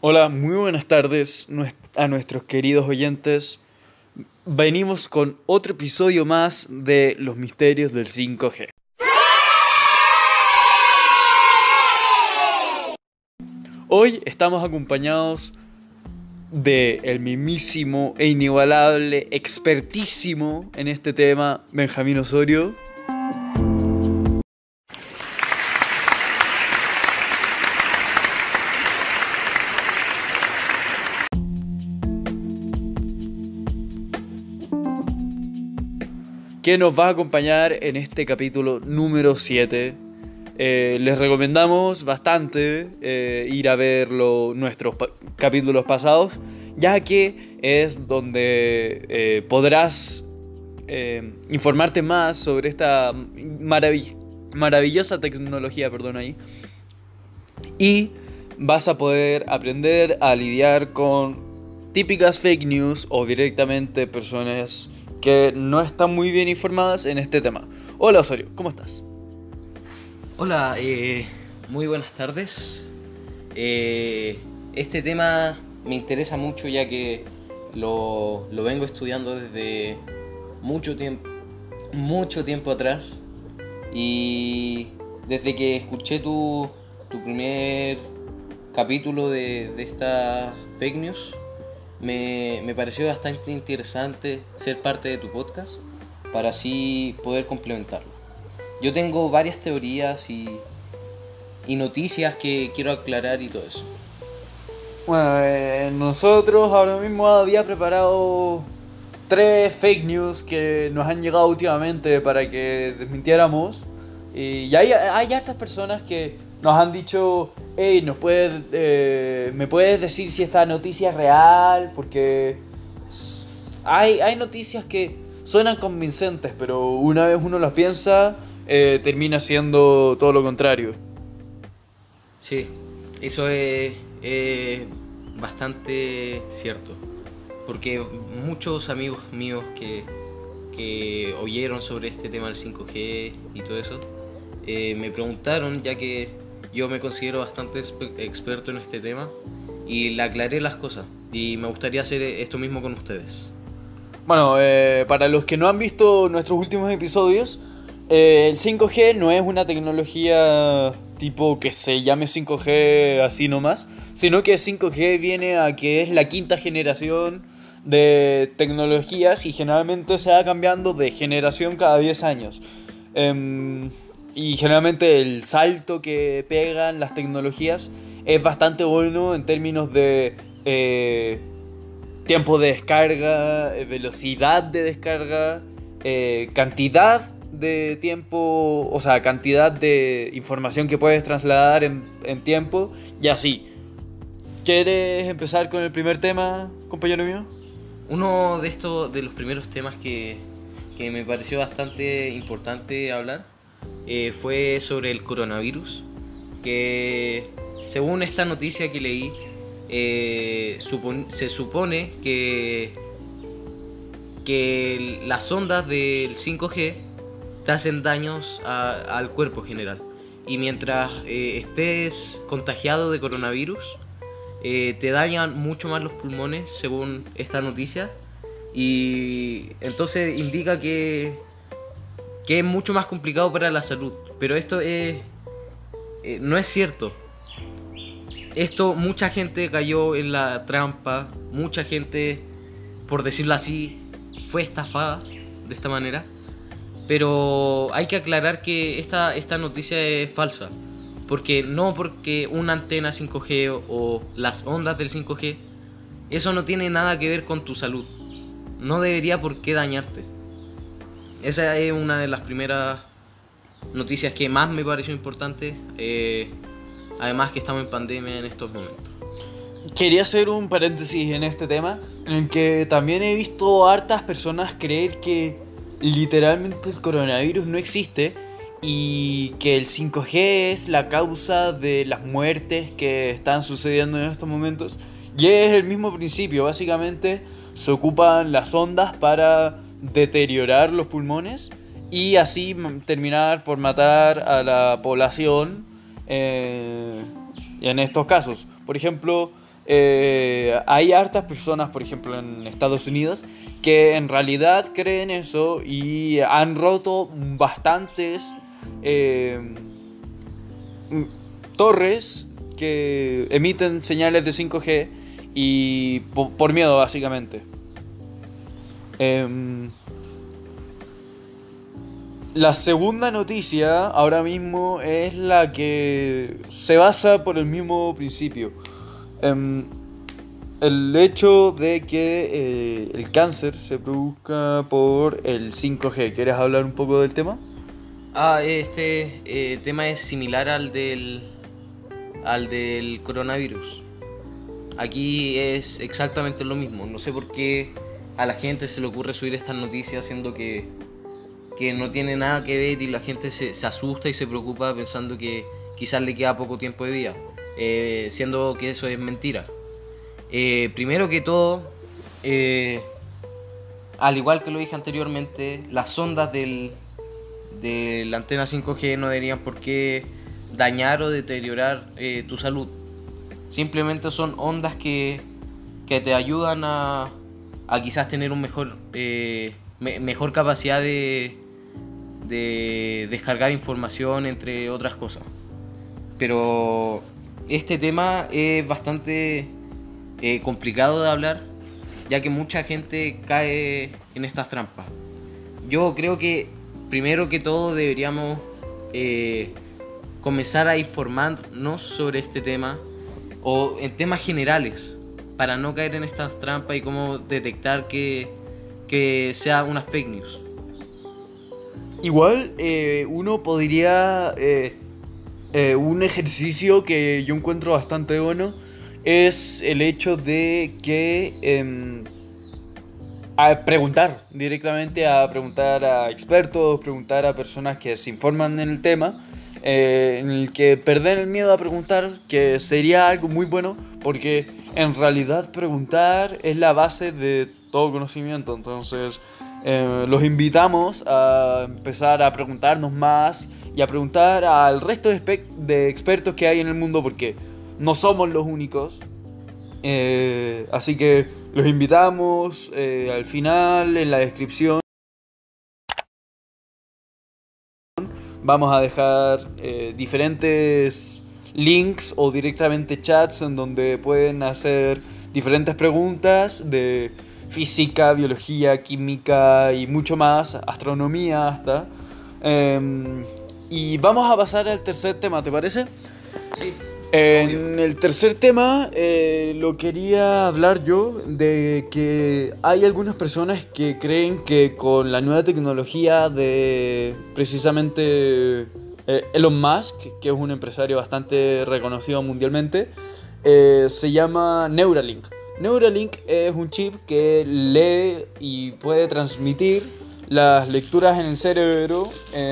Hola, muy buenas tardes a nuestros queridos oyentes. Venimos con otro episodio más de Los Misterios del 5G. Hoy estamos acompañados de el mismísimo e inigualable, expertísimo en este tema, Benjamín Osorio. Que nos va a acompañar en este capítulo número 7. Les recomendamos bastante ir a ver nuestros capítulos pasados, ya que es donde podrás informarte más sobre esta maravillosa tecnología, y vas a poder aprender a lidiar con típicas fake news o directamente personas que no están muy bien informadas en este tema. Hola Osorio, ¿cómo estás? Hola, muy buenas tardes. Este tema me interesa mucho ya que lo vengo estudiando desde mucho tiempo atrás, y desde que escuché tu primer capítulo de esta fake news, me pareció bastante interesante ser parte de tu podcast para así poder complementarlo. Yo tengo varias teorías y noticias que quiero aclarar y todo eso. Bueno, nosotros ahora mismo había preparado 3 fake news que nos han llegado últimamente para que desmintiéramos. Y hay hartas personas que nos han dicho: hey, ¿me puedes decir si esta noticia es real? Porque hay noticias que suenan convincentes, pero una vez uno las piensa, termina siendo todo lo contrario. Sí, eso es bastante cierto, porque muchos amigos míos que oyeron sobre este tema del 5G y todo eso, me preguntaron, ya que yo me considero bastante experto en este tema, y le aclaré las cosas, y me gustaría hacer esto mismo con ustedes. Bueno, para los que no han visto nuestros últimos episodios, el 5G no es una tecnología tipo que se llame 5G así nomás, sino que 5G viene a que es la quinta generación de tecnologías y generalmente se va cambiando de generación cada 10 años. Y generalmente el salto que pegan las tecnologías es bastante bueno en términos de tiempo de descarga, velocidad de descarga, cantidad de tiempo, o sea, cantidad de información que puedes trasladar en tiempo, y así. ¿Quieres empezar con el primer tema, compañero mío? Uno de los primeros temas que me pareció bastante importante hablar fue sobre el coronavirus, que según esta noticia que leí, se supone que las ondas del 5G te hacen daños al cuerpo en general, y mientras estés contagiado de coronavirus, te dañan mucho más los pulmones, según esta noticia, y entonces indica que es mucho más complicado para la salud. Pero esto no es cierto. Mucha gente cayó en la trampa, mucha gente, por decirlo así, fue estafada de esta manera. Pero hay que aclarar que esta noticia es falsa, porque una antena 5G o las ondas del 5G, eso no tiene nada que ver con tu salud. No debería por qué dañarte. Esa es una de las primeras noticias que más me pareció importante. Además que estamos en pandemia en estos momentos. Quería hacer un paréntesis en este tema, en el que también he visto a hartas personas creer que literalmente el coronavirus no existe y que el 5G es la causa de las muertes que están sucediendo en estos momentos. Y es el mismo principio, básicamente se ocupan las ondas para deteriorar los pulmones y así terminar por matar a la población en estos casos. Por ejemplo, hay hartas personas, por ejemplo en Estados Unidos, que en realidad creen eso y han roto bastantes torres que emiten señales de 5G y por miedo básicamente. La segunda noticia ahora mismo es la que se basa por el mismo principio. El hecho de que el cáncer se produzca por el 5G. ¿Quieres hablar un poco del tema? Este tema es similar al del coronavirus. Aquí es exactamente lo mismo. No sé por qué a la gente se le ocurre subir estas noticias siendo que no tiene nada que ver y la gente se asusta y se preocupa pensando que quizás le queda poco tiempo de vida, siendo que eso es mentira. Primero que todo, al igual que lo dije anteriormente, las ondas de la antena 5G no deberían por qué dañar o deteriorar tu salud. Simplemente son ondas que te ayudan a quizás tener un mejor capacidad de descargar información, entre otras cosas. Pero este tema es bastante complicado de hablar, ya que mucha gente cae en estas trampas. Yo creo que primero que todo deberíamos comenzar a informarnos sobre este tema o en temas generales para no caer en estas trampas y cómo detectar que sea una fake news. Igual uno podría... un ejercicio que yo encuentro bastante bueno es el hecho de que preguntar directamente, a preguntar a expertos, preguntar a personas que se informan en el tema, en el que perder el miedo a preguntar, que sería algo muy bueno, porque en realidad preguntar es la base de todo conocimiento. Entonces los invitamos a empezar a preguntarnos más y a preguntar al resto de expertos que hay en el mundo, porque no somos los únicos. Así que los invitamos. Al final, en la descripción, vamos a dejar diferentes links o directamente chats en donde pueden hacer diferentes preguntas de física, biología, química y mucho más, astronomía hasta. Y vamos a pasar al tercer tema, ¿te parece? Sí. En el tercer tema lo quería hablar yo de que hay algunas personas que creen que con la nueva tecnología de precisamente Elon Musk, que es un empresario bastante reconocido mundialmente, se llama Neuralink. Neuralink es un chip que lee y puede transmitir las lecturas en el cerebro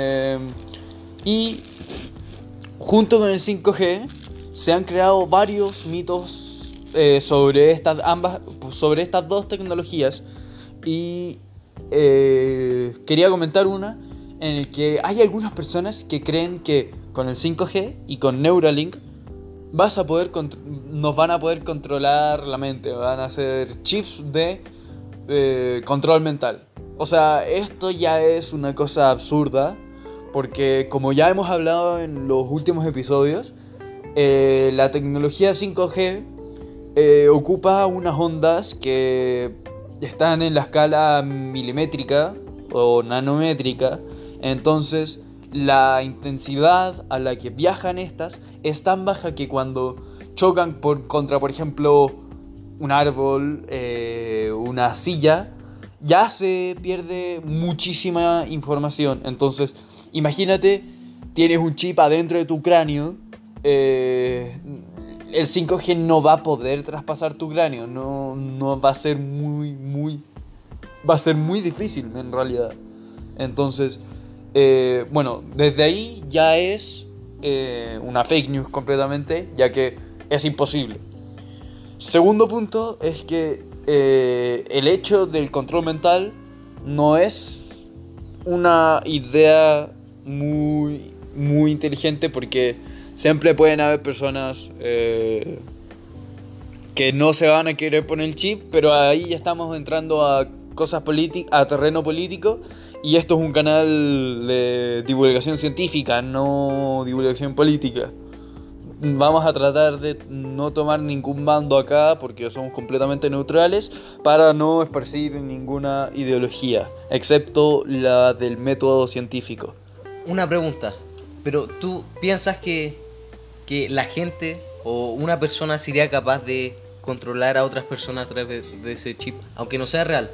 y junto con el 5G se han creado varios mitos sobre estas dos tecnologías y quería comentar una en el que hay algunas personas que creen que con el 5G y con Neuralink nos van a poder controlar la mente, van a ser chips de control mental. O sea, esto ya es una cosa absurda, porque como ya hemos hablado en los últimos episodios, la tecnología 5G ocupa unas ondas que están en la escala milimétrica o nanométrica. Entonces la intensidad a la que viajan estas es tan baja que cuando chocan contra, por ejemplo, un árbol, una silla, ya se pierde muchísima información. Entonces imagínate, tienes un chip adentro de tu cráneo. El 5G no va a poder traspasar tu cráneo, no va a ser va a ser muy difícil en realidad. Entonces, bueno, desde ahí ya es una fake news completamente, ya que es imposible. Segundo punto es que el hecho del control mental no es una idea muy inteligente, porque siempre pueden haber personas que que no se van a querer poner el chip, pero ahí ya estamos entrando a cosas a terreno político, y esto es un canal de divulgación científica, no divulgación política. Vamos a tratar de no tomar ningún bando acá porque somos completamente neutrales para no esparcir ninguna ideología, excepto la del método científico. Una pregunta, pero ¿tú piensas que la gente o una persona sería capaz de controlar a otras personas a través de ese chip, aunque no sea real?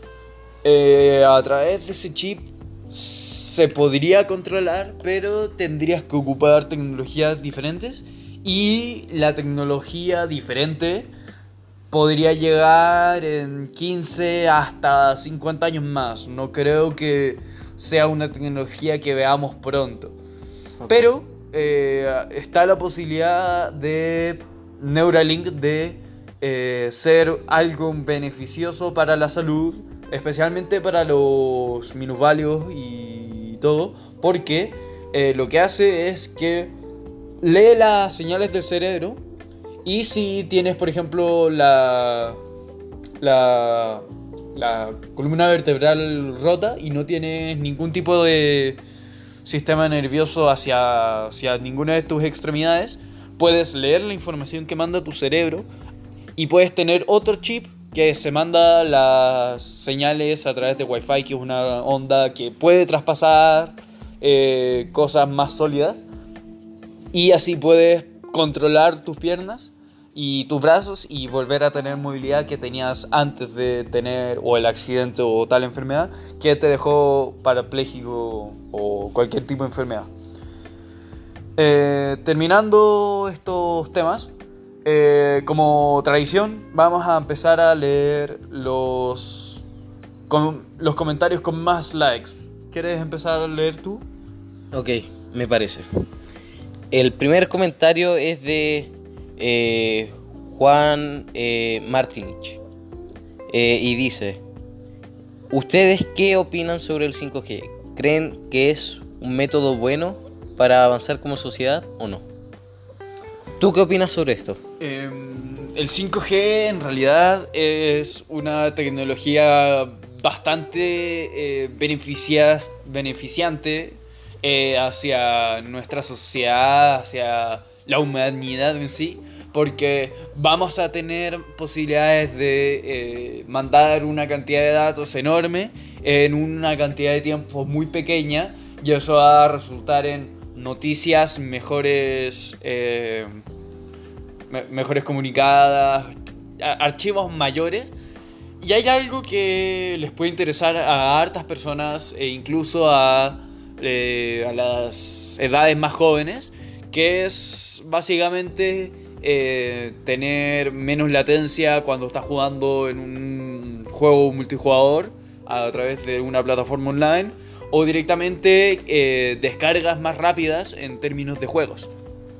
A través de ese chip se podría controlar, pero tendrías que ocupar tecnologías diferentes, y la tecnología diferente podría llegar en 15 hasta 50 años más. No creo que sea una tecnología que veamos pronto. Okay. Pero está la posibilidad de Neuralink de ser algo beneficioso para la salud, especialmente para los minusválidos y todo, porque lo que hace es que lee las señales del cerebro, y si tienes, por ejemplo, la columna vertebral rota y no tienes ningún tipo de sistema nervioso hacia ninguna de tus extremidades, puedes leer la información que manda tu cerebro y puedes tener otro chip que se manda las señales a través de Wi-Fi, que es una onda que puede traspasar cosas más sólidas, y así puedes controlar tus piernas y tus brazos y volver a tener movilidad que tenías antes de tener o el accidente o tal enfermedad que te dejó parapléjico o cualquier tipo de enfermedad. Terminando estos temas, como tradición, vamos a empezar a leer los comentarios con más likes. ¿Quieres empezar a leer tú? Ok, me parece. El primer comentario es de Juan Martinich, y dice: ¿ustedes qué opinan sobre el 5G? ¿Creen que es un método bueno para avanzar como sociedad o no? ¿Tú qué opinas sobre esto? El 5G en realidad es una tecnología bastante beneficiante hacia nuestra sociedad, hacia la humanidad en sí, porque vamos a tener posibilidades de mandar una cantidad de datos enorme en una cantidad de tiempo muy pequeña, y eso va a resultar en noticias mejores comunicadas, archivos mayores. Y hay algo que les puede interesar a hartas personas e incluso a las edades más jóvenes, que es básicamente tener menos latencia cuando estás jugando en un juego multijugador a través de una plataforma online, o directamente descargas más rápidas en términos de juegos.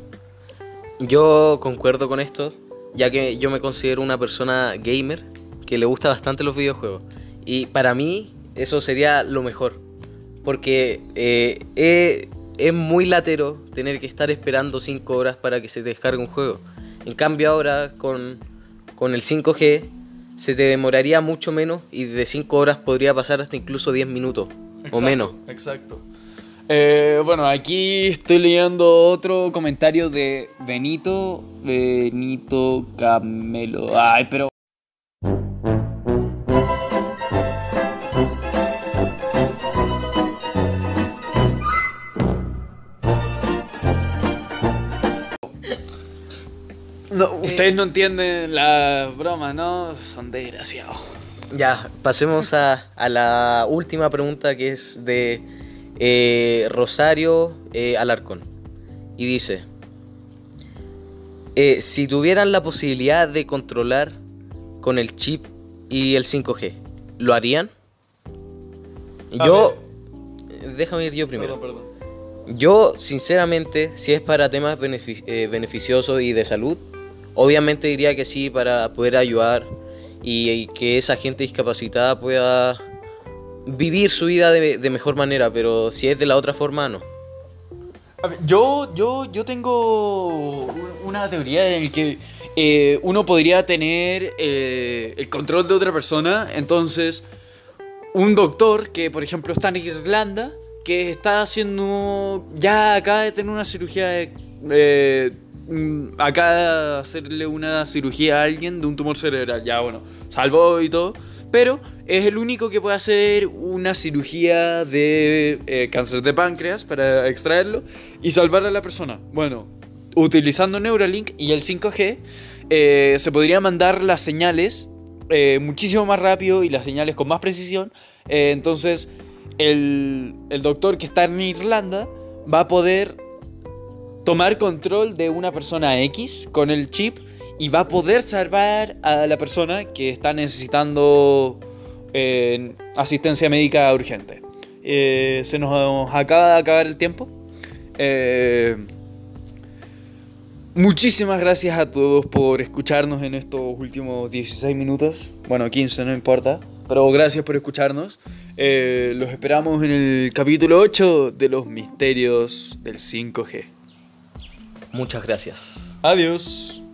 Yo concuerdo con esto, ya que yo me considero una persona gamer que le gusta bastante los videojuegos, y para mí eso sería lo mejor, porque es muy latero tener que estar esperando 5 horas para que se te descargue un juego. En cambio ahora con el 5G se te demoraría mucho menos, y de 5 horas podría pasar hasta incluso 10 minutos. Exacto, o menos. Exacto. Bueno, aquí estoy leyendo otro comentario de Benito Camelo. Ay, pero... No, ustedes no entienden las bromas, ¿no? Son desgraciados. Ya, pasemos a la última pregunta, que es de Rosario Alarcón. Y dice: si tuvieran la posibilidad de controlar con el chip y el 5G, ¿lo harían? Déjame ir yo primero. Perdón. Yo, sinceramente, si es para temas beneficiosos y de salud, obviamente diría que sí, para poder ayudar y que esa gente discapacitada pueda vivir su vida de mejor manera, pero si es de la otra forma, no. A ver, yo tengo una teoría en la que uno podría tener el control de otra persona. Entonces, un doctor que, por ejemplo, está en Irlanda, que está haciendo, ya acaba de tener una cirugía, acaba de hacerle una cirugía a alguien de un tumor cerebral, ya bueno, salvó y todo, pero es el único que puede hacer una cirugía de cáncer de páncreas para extraerlo y salvar a la persona. Bueno, utilizando Neuralink y el 5G, se podría mandar las señales muchísimo más rápido y las señales con más precisión. Entonces el doctor que está en Irlanda va a poder tomar control de una persona X con el chip y va a poder salvar a la persona que está necesitando asistencia médica urgente. Se nos acaba de acabar el tiempo. Muchísimas gracias a todos por escucharnos en estos últimos 16 minutos. Bueno, 15, no importa. Pero gracias por escucharnos. Los esperamos en el capítulo 8 de los misterios del 5G. Muchas gracias. Adiós.